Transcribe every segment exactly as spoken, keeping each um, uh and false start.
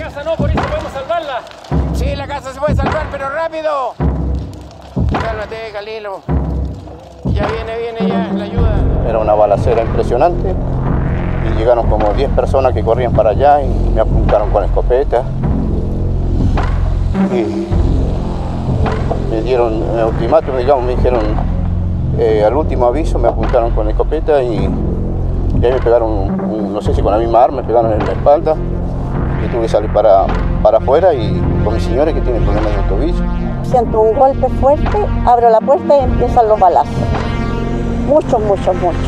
casa no, por eso podemos salvarla. Sí, la casa se puede salvar, pero rápido. Cálmate, Calilo. Ya viene, viene ya la ayuda. Era una balacera impresionante y llegaron como diez personas que corrían para allá y me apuntaron con escopeta. Y me dieron un ultimátum, digamos, me dijeron, eh, al último aviso me apuntaron con escopeta y, y ahí me pegaron, un, un, no sé si con la misma arma, me pegaron en la espalda y tuve que salir para, para afuera y con mi señora que tiene problemas de tobillo. Siento un golpe fuerte, abro la puerta y empiezan los balazos. Muchos, muchos, muchos.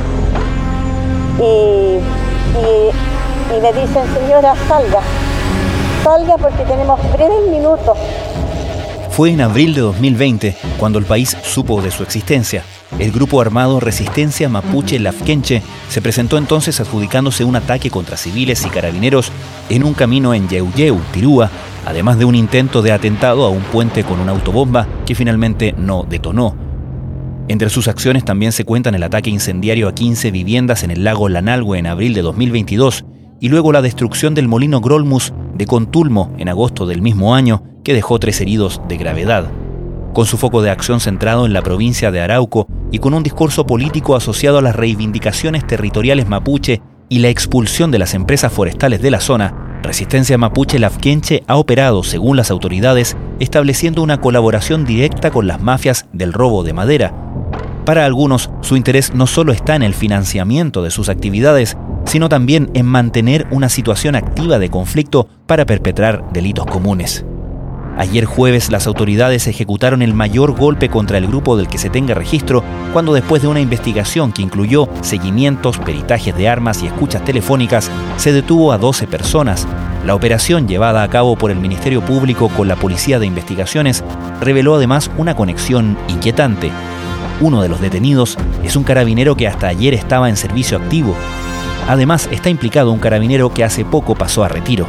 Y, y, y me dicen, señora, salga. Salga porque tenemos breves minutos. Fue en abril de dos mil veinte cuando el país supo de su existencia. El grupo armado Resistencia Mapuche Lafkenche se presentó entonces adjudicándose un ataque contra civiles y carabineros en un camino en Yeuyeu, Tirúa, además de un intento de atentado a un puente con una autobomba que finalmente no detonó. Entre sus acciones también se cuentan el ataque incendiario a quince viviendas en el lago Lanalhue en abril de dos mil veintidós y luego la destrucción del molino Grolmus de Contulmo en agosto del mismo año, que dejó tres heridos de gravedad. Con su foco de acción centrado en la provincia de Arauco y con un discurso político asociado a las reivindicaciones territoriales mapuche y la expulsión de las empresas forestales de la zona, Resistencia Mapuche Lafkenche ha operado, según las autoridades, estableciendo una colaboración directa con las mafias del robo de madera. Para algunos, su interés no solo está en el financiamiento de sus actividades, sino también en mantener una situación activa de conflicto para perpetrar delitos comunes. Ayer jueves, las autoridades ejecutaron el mayor golpe contra el grupo del que se tenga registro, cuando después de una investigación que incluyó seguimientos, peritajes de armas y escuchas telefónicas, se detuvo a doce personas. La operación, llevada a cabo por el Ministerio Público con la Policía de Investigaciones, reveló además una conexión inquietante. Uno de los detenidos es un carabinero que hasta ayer estaba en servicio activo. Además, está implicado un carabinero que hace poco pasó a retiro.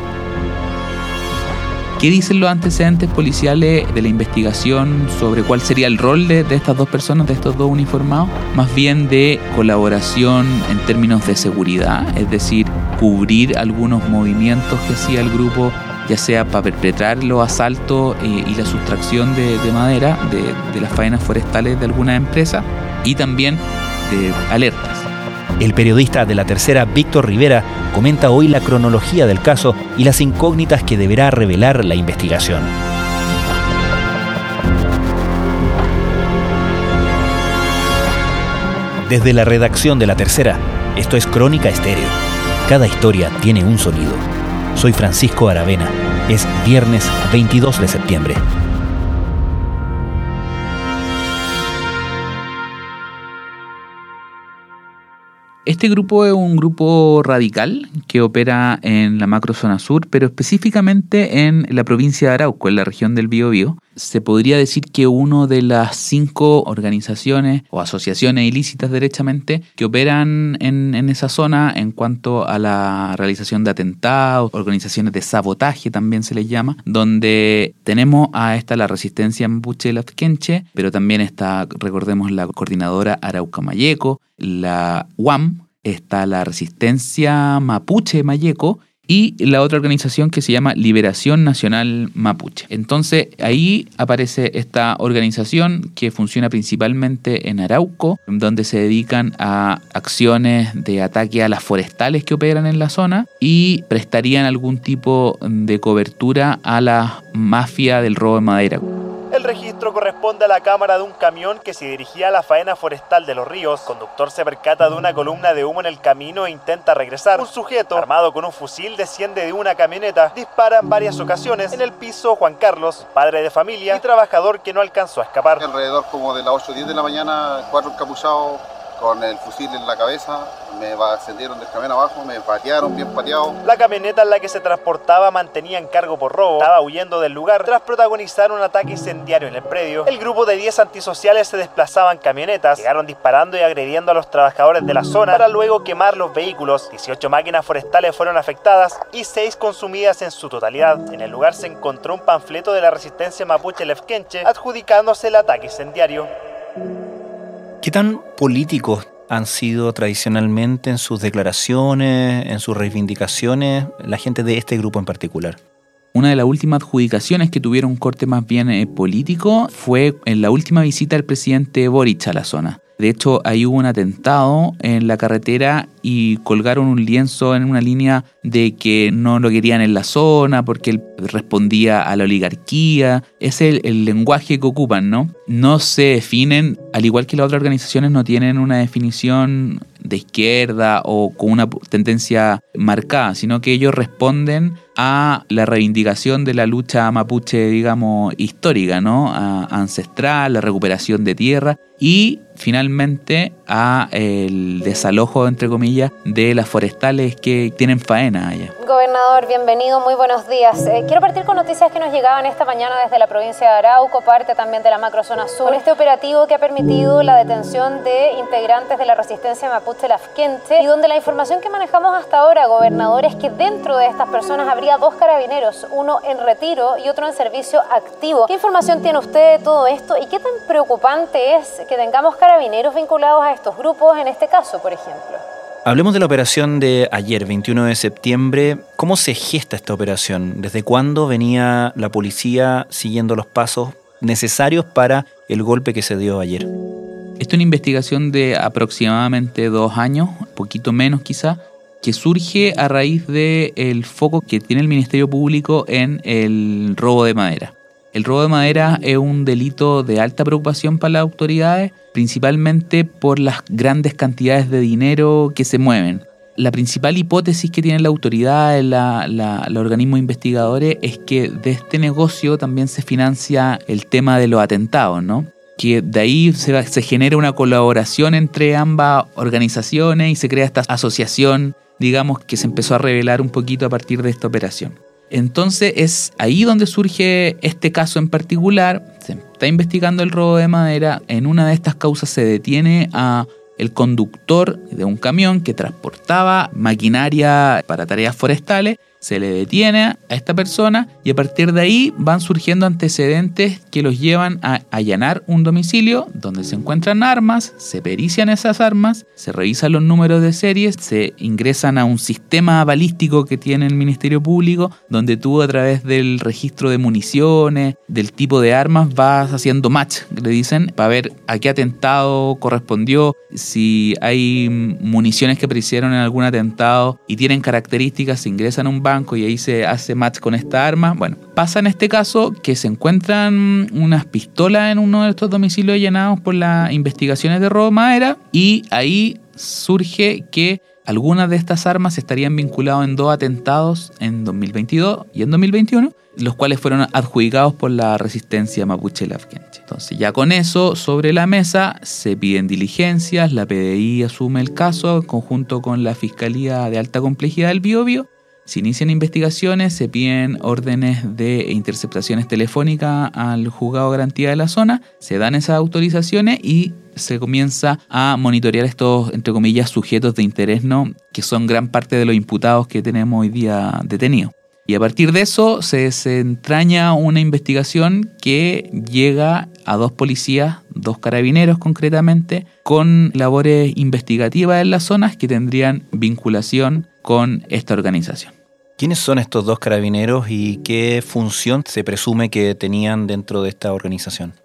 ¿Qué dicen los antecedentes policiales de la investigación sobre cuál sería el rol de, de estas dos personas, de estos dos uniformados? Más bien de colaboración en términos de seguridad, es decir, cubrir algunos movimientos que hacía el grupo, ya sea para perpetrar los asaltos eh, y la sustracción de, de madera de, de las faenas forestales de alguna empresa, y también de alertas. El periodista de La Tercera, Víctor Rivera, comenta hoy la cronología del caso y las incógnitas que deberá revelar la investigación. Desde la redacción de La Tercera, esto es Crónica Estéreo. Cada historia tiene un sonido. Soy Francisco Aravena. Es viernes veintidós de septiembre. Este grupo es un grupo radical que opera en la macrozona sur, pero específicamente en la provincia de Arauco, en la región del Biobío. Se podría decir que una de las cinco organizaciones o asociaciones ilícitas derechamente que operan en, en esa zona en cuanto a la realización de atentados, organizaciones de sabotaje también se les llama, donde tenemos a esta la Resistencia Mapuche Lafkenche, pero también está, recordemos, la Coordinadora Arauca Mayeco, la U A M, está la Resistencia Mapuche Mayeco y la otra organización que se llama Liberación Nacional Mapuche. Entonces ahí aparece esta organización que funciona principalmente en Arauco, donde se dedican a acciones de ataque a las forestales que operan en la zona y prestarían algún tipo de cobertura a la mafia del robo de madera. El registro corresponde a la cámara de un camión que se dirigía a la faena forestal de Los Ríos. El conductor se percata de una columna de humo en el camino e intenta regresar. Un sujeto, armado con un fusil, desciende de una camioneta, dispara en varias ocasiones. En el piso, Juan Carlos, padre de familia y trabajador que no alcanzó a escapar. Alrededor como de las ocho o diez de la mañana, cuatro encapuchados con el fusil en la cabeza, me ascendieron del camión abajo, me patearon bien pateado. La camioneta en la que se transportaba mantenía encargo por robo, estaba huyendo del lugar tras protagonizar un ataque incendiario en el predio. El grupo de diez antisociales se desplazaba en camionetas, llegaron disparando y agrediendo a los trabajadores de la zona para luego quemar los vehículos. dieciocho máquinas forestales fueron afectadas y seis consumidas en su totalidad. En el lugar se encontró un panfleto de la Resistencia Mapuche Lafkenche adjudicándose el ataque incendiario. ¿Qué tan políticos han sido tradicionalmente en sus declaraciones, en sus reivindicaciones, la gente de este grupo en particular? Una de las últimas adjudicaciones que tuvieron un corte más bien eh, político fue en la última visita del presidente Boric a la zona. De hecho, ahí hubo un atentado en la carretera y colgaron un lienzo en una línea de que no lo querían en la zona porque él respondía a la oligarquía. Ese es el, el lenguaje que ocupan, ¿no? No se definen, al igual que las otras organizaciones, no tienen una definición de izquierda o con una tendencia marcada, sino que ellos responden a la reivindicación de la lucha mapuche, digamos, histórica, ¿no? A, ancestral, la recuperación de tierra y finalmente a el desalojo, entre comillas, de las forestales que tienen faena allá. Gobernador, bienvenido, muy buenos días. Eh, quiero partir con noticias que nos llegaban esta mañana desde la provincia de Arauco, parte también de la macrozona sur, con este operativo que ha permitido la detención de integrantes de la resistencia mapuche lafkenche y donde la información que manejamos hasta ahora, gobernador, es que dentro de estas personas habría dos carabineros, uno en retiro y otro en servicio activo. ¿Qué información tiene usted de todo esto y qué tan preocupante es que tengamos carabineros vinculados a estos grupos en este caso, por ejemplo? Hablemos de la operación de ayer, veintiuno de septiembre. ¿Cómo se gesta esta operación? ¿Desde cuándo venía la policía siguiendo los pasos necesarios para el golpe que se dio ayer? Esta es una investigación de aproximadamente dos años, un poquito menos quizá, que surge a raíz del foco que tiene el Ministerio Público en el robo de madera. El robo de madera es un delito de alta preocupación para las autoridades, principalmente por las grandes cantidades de dinero que se mueven. La principal hipótesis que tienen las autoridades, la, la, los organismos investigadores, es que de este negocio también se financia el tema de los atentados, ¿no? Que de ahí se, se genera una colaboración entre ambas organizaciones y se crea esta asociación, digamos, que se empezó a revelar un poquito a partir de esta operación. Entonces es ahí donde surge este caso en particular. Se está investigando el robo de madera. En una de estas causas se detiene a el conductor de un camión que transportaba maquinaria para tareas forestales. Se le detiene a esta persona y a partir de ahí van surgiendo antecedentes que los llevan a allanar un domicilio donde se encuentran armas, se perician esas armas, se revisan los números de series, se ingresan a un sistema balístico que tiene el Ministerio Público donde tú a través del registro de municiones, del tipo de armas vas haciendo match, le dicen, para ver a qué atentado correspondió, si hay municiones que perecieron en algún atentado y tienen características, se ingresan a un banco y ahí se hace match con esta arma. Bueno, pasa en este caso que se encuentran unas pistolas en uno de estos domicilios allanados por las investigaciones de robo de madera y ahí surge que algunas de estas armas estarían vinculadas en dos atentados en dos mil veintidós y en dos mil veintiuno, los cuales fueron adjudicados por la resistencia mapuche lafkenche. Entonces ya con eso sobre la mesa se piden diligencias, la P D I asume el caso en conjunto con la Fiscalía de Alta Complejidad del Biobío. Se inician investigaciones, se piden órdenes de interceptaciones telefónicas al juzgado de garantía de la zona, se dan esas autorizaciones y se comienza a monitorear estos, entre comillas, sujetos de interés, ¿no? Que son gran parte de los imputados que tenemos hoy día detenidos. Y a partir de eso se desentraña una investigación que llega a dos policías, dos carabineros concretamente, con labores investigativas en las zonas que tendrían vinculación con esta organización. ¿Quiénes son estos dos carabineros y qué función se presume que tenían dentro de esta organización?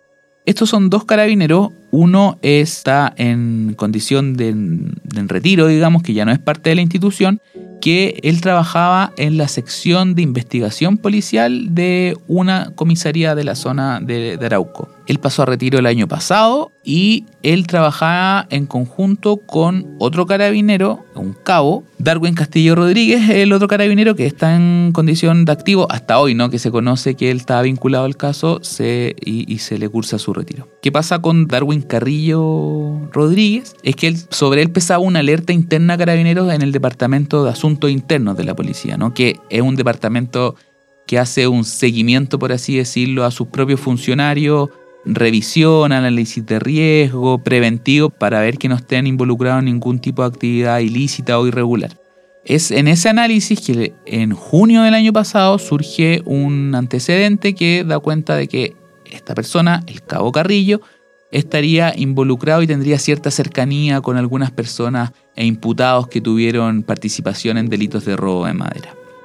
Estos son dos carabineros. Uno está en condición de, de en retiro, digamos, que ya no es parte de la institución, que él trabajaba en la sección de investigación policial de una comisaría de la zona de, de Arauco. Él pasó a retiro el año pasado y él trabajaba en conjunto con otro carabinero, un cabo, Darwin Castillo Rodríguez, el otro carabinero que está en condición de activo hasta hoy, ¿no? Que se conoce que él estaba vinculado al caso se, y, y se le cursa su retiro. ¿Qué pasa con Darwin Carrillo Rodríguez? Es que él, sobre él pesaba una alerta interna a carabineros en el Departamento de Asuntos Internos de la Policía, ¿no? Que es un departamento que hace un seguimiento, por así decirlo, a sus propios funcionarios, revisión, análisis de riesgo, preventivo, para ver que no estén involucrados en ningún tipo de actividad ilícita o irregular. Es en ese análisis que en junio del año pasado surge un antecedente que da cuenta de que esta persona, el cabo Carrillo, estaría involucrado y tendría cierta cercanía con algunas personas e imputados que tuvieron participación en delitos de robo de madera.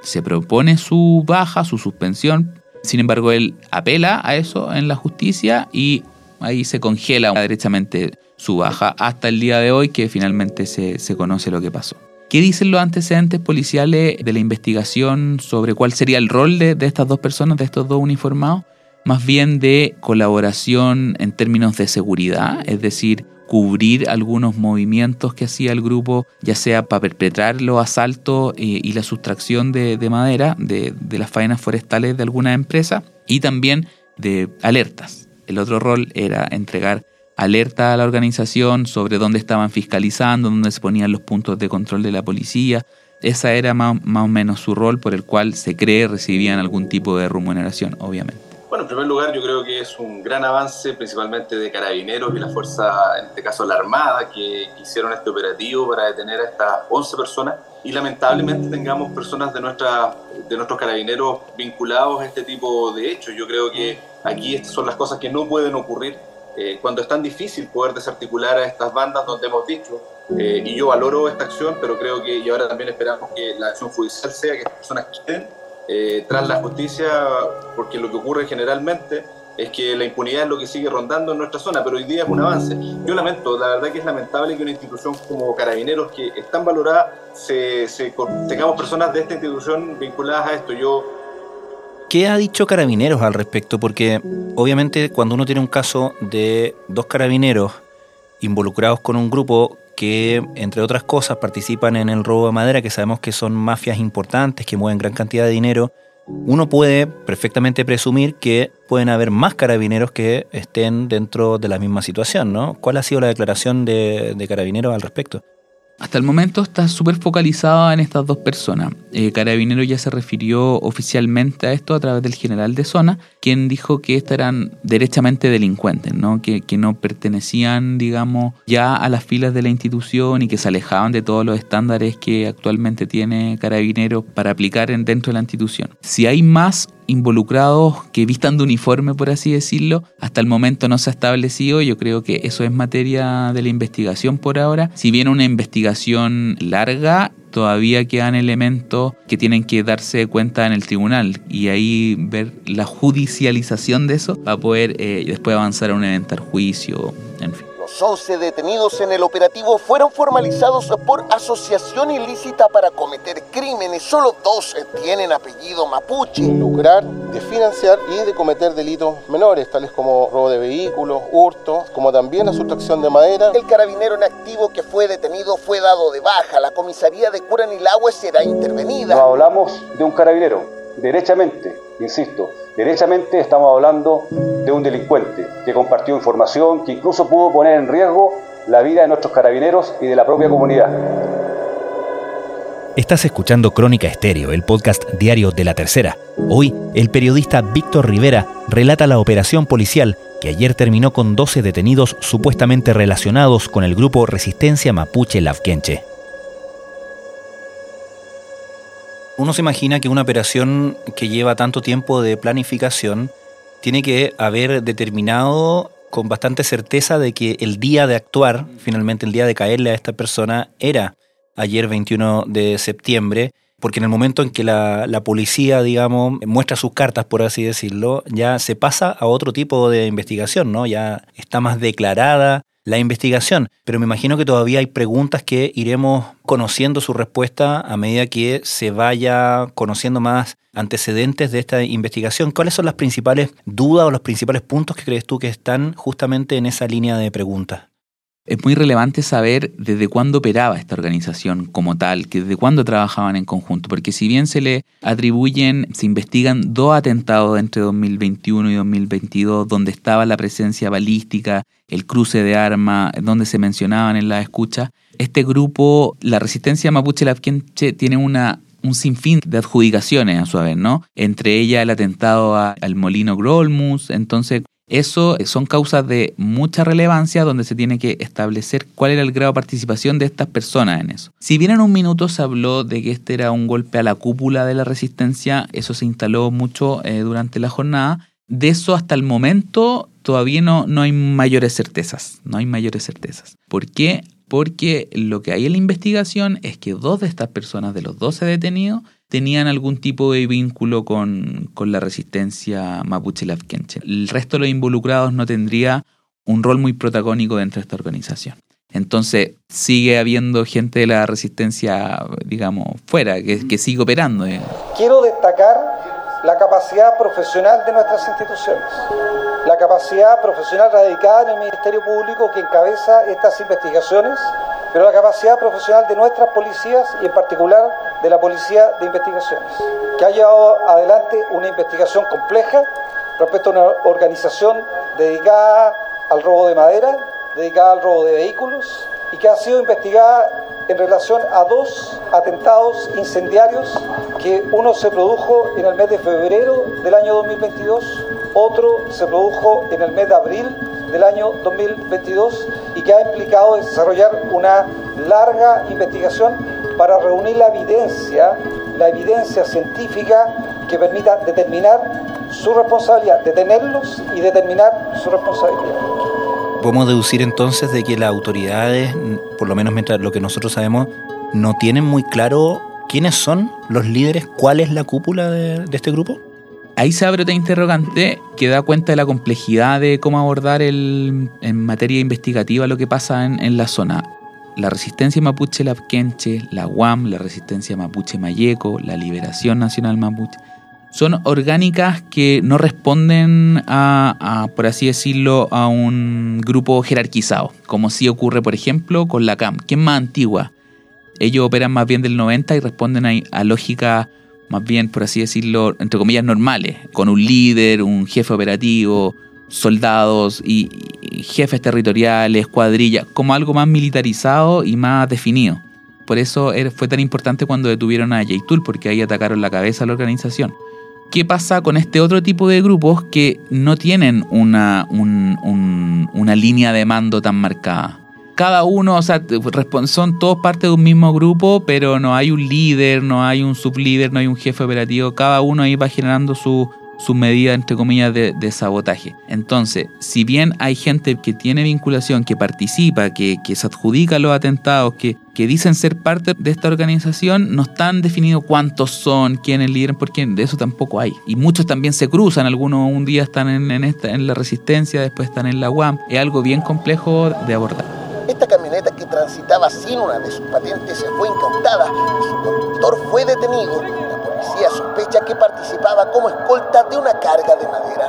Se propone su baja, su suspensión. Sin embargo, él apela a eso en la justicia y ahí se congela derechamente su baja hasta el día de hoy, que finalmente se, se conoce lo que pasó. ¿Qué dicen los antecedentes policiales de la investigación sobre cuál sería el rol de, de estas dos personas, de estos dos uniformados? Más bien de colaboración en términos de seguridad, es decir, cubrir algunos movimientos que hacía el grupo, ya sea para perpetrar los asaltos eh, y la sustracción de, de madera de, de las faenas forestales de alguna empresa, y también de alertas. El otro rol era entregar alerta a la organización sobre dónde estaban fiscalizando, dónde se ponían los puntos de control de la policía. Esa era más, más o menos su rol, por el cual se cree recibían algún tipo de remuneración, obviamente. Bueno, en primer lugar yo creo que es un gran avance, principalmente de Carabineros y la Fuerza, en este caso la Armada, que hicieron este operativo para detener a estas once personas, y lamentablemente tengamos personas de, nuestra, de nuestros Carabineros vinculados a este tipo de hechos. Yo creo que aquí estas son las cosas que no pueden ocurrir eh, cuando es tan difícil poder desarticular a estas bandas donde hemos dicho, eh, y yo valoro esta acción, pero creo que, y ahora también esperamos que la acción judicial sea que estas personas queden Eh, tras la justicia, porque lo que ocurre generalmente es que la impunidad es lo que sigue rondando en nuestra zona, pero hoy día es un avance. Yo lamento, la verdad que es lamentable que una institución como Carabineros, que es tan valorada, se, se, tengamos personas de esta institución vinculadas a esto. Yo ¿Qué ha dicho Carabineros al respecto? Porque obviamente cuando uno tiene un caso de dos carabineros involucrados con un grupo que, entre otras cosas, participan en el robo de madera, que sabemos que son mafias importantes, que mueven gran cantidad de dinero, uno puede perfectamente presumir que pueden haber más carabineros que estén dentro de la misma situación, ¿no? ¿Cuál ha sido la declaración de, de Carabineros al respecto? Hasta el momento está súper focalizada en estas dos personas. Eh, Carabineros ya se refirió oficialmente a esto a través del general de zona, quien dijo que estos eran derechamente delincuentes, ¿no? Que, que no pertenecían, digamos, ya a las filas de la institución y que se alejaban de todos los estándares que actualmente tiene Carabineros para aplicar en, dentro de la institución. Si hay más involucrados que vistan de uniforme, por así decirlo, hasta el momento no se ha establecido. Yo creo que eso es materia de la investigación por ahora. Si bien una investigación larga, todavía quedan elementos que tienen que darse cuenta en el tribunal y ahí ver la judicialización de eso para poder eh, después avanzar a un eventual juicio, en fin. Los once detenidos en el operativo fueron formalizados por asociación ilícita para cometer crímenes. Solo dos tienen apellido mapuche. Lucrar, de financiar y de cometer delitos menores, tales como robo de vehículos, hurto, como también la sustracción de madera. El carabinero en activo que fue detenido fue dado de baja. La comisaría de Curanilahue será intervenida. No hablamos de un carabinero, derechamente, insisto, derechamente estamos hablando de un delincuente que compartió información, que incluso pudo poner en riesgo la vida de nuestros carabineros y de la propia comunidad. Estás escuchando Crónica Estéreo, el podcast diario de La Tercera. Hoy, el periodista Víctor Rivera relata la operación policial que ayer terminó con doce detenidos supuestamente relacionados con el grupo Resistencia Mapuche Lafkenche. Uno se imagina que una operación que lleva tanto tiempo de planificación tiene que haber determinado con bastante certeza de que el día de actuar, finalmente el día de caerle a esta persona, era ayer veintiuno de septiembre, porque en el momento en que la, la policía, digamos, muestra sus cartas, por así decirlo, ya se pasa a otro tipo de investigación, ¿no? Ya está más declarada la investigación, pero me imagino que todavía hay preguntas que iremos conociendo su respuesta a medida que se vaya conociendo más antecedentes de esta investigación. ¿Cuáles son las principales dudas o los principales puntos que crees tú que están justamente en esa línea de preguntas? Es muy relevante saber desde cuándo operaba esta organización como tal, que desde cuándo trabajaban en conjunto, porque si bien se le atribuyen, se investigan dos atentados entre dos mil veintiuno y dos mil veintidós, donde estaba la presencia balística, el cruce de armas, donde se mencionaban en la escucha, este grupo, la Resistencia Mapuche Lafkenche, tiene una un sinfín de adjudicaciones a su vez, ¿no? Entre ellas el atentado a, al Molino Grolmus. Entonces, eso son causas de mucha relevancia donde se tiene que establecer cuál era el grado de participación de estas personas en eso. Si bien en un minuto se habló de que este era un golpe a la cúpula de la resistencia, eso se instaló mucho eh, durante la jornada. De eso hasta el momento todavía no, no hay mayores certezas. No hay mayores certezas. ¿Por qué? porque lo que hay en la investigación es que dos de estas personas, de los doce detenidos, tenían algún tipo de vínculo con, con la resistencia mapuche lafkenche. El resto de los involucrados no tendría un rol muy protagónico dentro de esta organización. Entonces sigue habiendo gente de la resistencia, digamos, fuera, que, que sigue operando. Digamos. Quiero destacar la capacidad profesional de nuestras instituciones, la capacidad profesional radicada en el Ministerio Público que encabeza estas investigaciones, pero la capacidad profesional de nuestras policías y en particular de la Policía de Investigaciones, que ha llevado adelante una investigación compleja respecto a una organización dedicada al robo de madera, dedicada al robo de vehículos y que ha sido investigada en relación a dos atentados incendiarios, que uno se produjo en el mes de febrero del año dos mil veintidós, otro se produjo en el mes de abril del año dos mil veintidós y que ha implicado desarrollar una larga investigación para reunir la evidencia, la evidencia científica que permita determinar su responsabilidad, detenerlos y determinar su responsabilidad. Podemos deducir entonces de que las autoridades, por lo menos mientras lo que nosotros sabemos, no tienen muy claro quiénes son los líderes, cuál es la cúpula de, de este grupo. Ahí se abre otra interrogante que da cuenta de la complejidad de cómo abordar el, en materia investigativa lo que pasa en, en la zona. La resistencia mapuche lafkenche, la U A M, la resistencia mapuche mayeco, la Liberación Nacional Mapuche, son orgánicas que no responden a, a, por así decirlo, a un grupo jerarquizado, como sí ocurre, por ejemplo, con la C A M, que es más antigua. Ellos operan más bien del noventa y responden a, a lógicas más bien, por así decirlo, entre comillas, normales, con un líder, un jefe operativo, soldados y, y jefes territoriales, cuadrillas, como algo más militarizado y más definido. Por eso fue tan importante cuando detuvieron a Yaitul, porque ahí atacaron la cabeza a la organización. ¿Qué pasa con este otro tipo de grupos que no tienen una, un, un, una línea de mando tan marcada? Cada uno, o sea, son todos parte de un mismo grupo, pero no hay un líder, no hay un sublíder, no hay un jefe operativo. Cada uno ahí va generando su, su medida, entre comillas, de, de sabotaje. Entonces, si bien hay gente que tiene vinculación, que participa, que, que se adjudica los atentados, que, que dicen ser parte de esta organización, no están definidos cuántos son, quiénes lideran, porque de eso tampoco hay. Y muchos también se cruzan, algunos un día están en, en, esta, en la resistencia, después están en la U A M. Es algo bien complejo de abordar. Esta camioneta que transitaba sin una de sus patentes se fue incautada y su conductor fue detenido. La policía sospecha que participaba como escolta de una carga de madera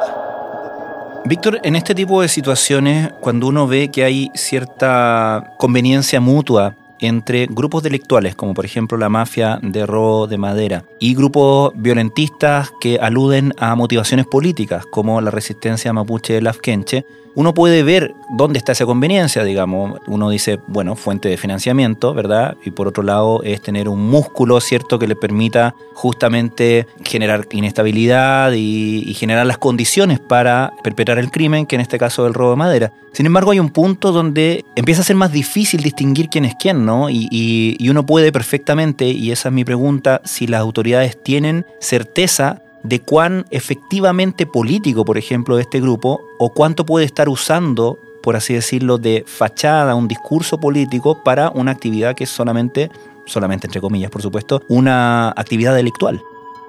robada. Víctor, en este tipo de situaciones, cuando uno ve que hay cierta conveniencia mutua entre grupos delictuales, como por ejemplo la mafia de robo de madera, y grupos violentistas que aluden a motivaciones políticas, como la resistencia mapuche lafkenche, uno puede ver dónde está esa conveniencia, digamos. Uno dice, bueno, fuente de financiamiento, ¿verdad? Y por otro lado es tener un músculo, ¿cierto?, que le permita justamente generar inestabilidad y, y generar las condiciones para perpetrar el crimen, que en este caso es el robo de madera. Sin embargo, hay un punto donde empieza a ser más difícil distinguir quién es quién, ¿no? Y, y, y uno puede perfectamente, y esa es mi pregunta, si las autoridades tienen certeza de cuán efectivamente político, por ejemplo, de este grupo, o cuánto puede estar usando, por así decirlo, de fachada, un discurso político para una actividad que es solamente, solamente entre comillas, por supuesto, una actividad delictual.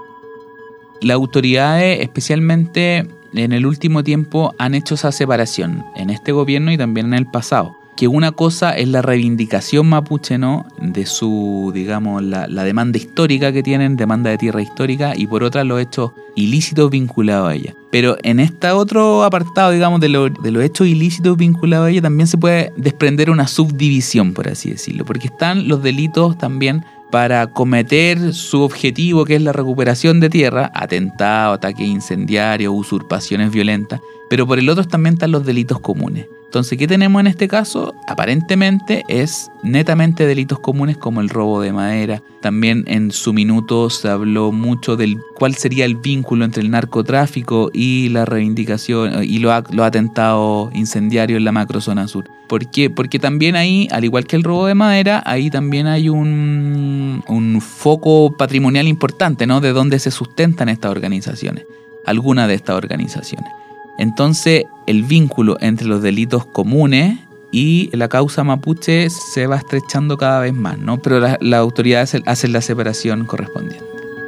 Las autoridades, especialmente en el último tiempo, han hecho esa separación en este gobierno y también en el pasado. Que una cosa es la reivindicación mapuche, ¿no?, de su, digamos, la, la demanda histórica que tienen, demanda de tierra histórica, y por otra los hechos ilícitos vinculados a ella. Pero en este otro apartado, digamos, de, lo, de los hechos ilícitos vinculados a ella, también se puede desprender una subdivisión, por así decirlo, porque están los delitos también para cometer su objetivo, que es la recuperación de tierra, atentado, ataques incendiarios, usurpaciones violentas, pero por el otro también están los delitos comunes. Entonces, ¿qué tenemos en este caso? Aparentemente es netamente delitos comunes como el robo de madera. También en su minuto se habló mucho del cuál sería el vínculo entre el narcotráfico y la reivindicación y los, los atentados incendiarios en la macrozona sur. ¿Por qué? Porque también ahí, al igual que el robo de madera, ahí también hay un, un foco patrimonial importante, ¿no?, de dónde se sustentan estas organizaciones, algunas de estas organizaciones. Entonces, el vínculo entre los delitos comunes y la causa mapuche se va estrechando cada vez más, ¿no? Pero las la autoridades hacen la separación correspondiente.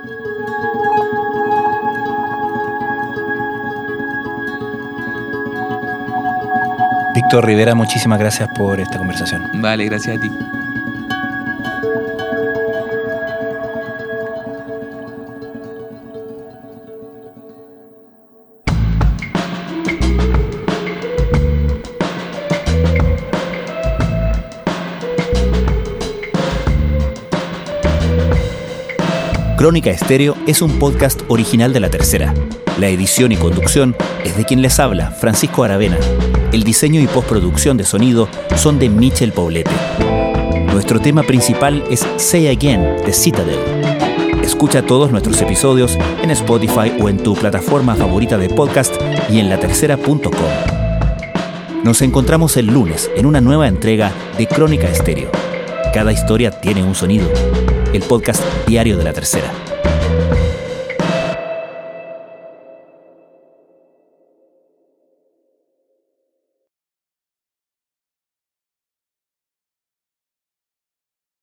Víctor Rivera, muchísimas gracias por esta conversación. Vale, gracias a ti. Crónica Estéreo es un podcast original de La Tercera. La edición y conducción es de quien les habla, Francisco Aravena. El diseño y postproducción de sonido son de Michel Poblete. Nuestro tema principal es Say Again de Citadel. Escucha todos nuestros episodios en Spotify o en tu plataforma favorita de podcast y en la tercera punto com. Nos encontramos el lunes en una nueva entrega de Crónica Estéreo. Cada historia tiene un sonido. El podcast diario de La Tercera.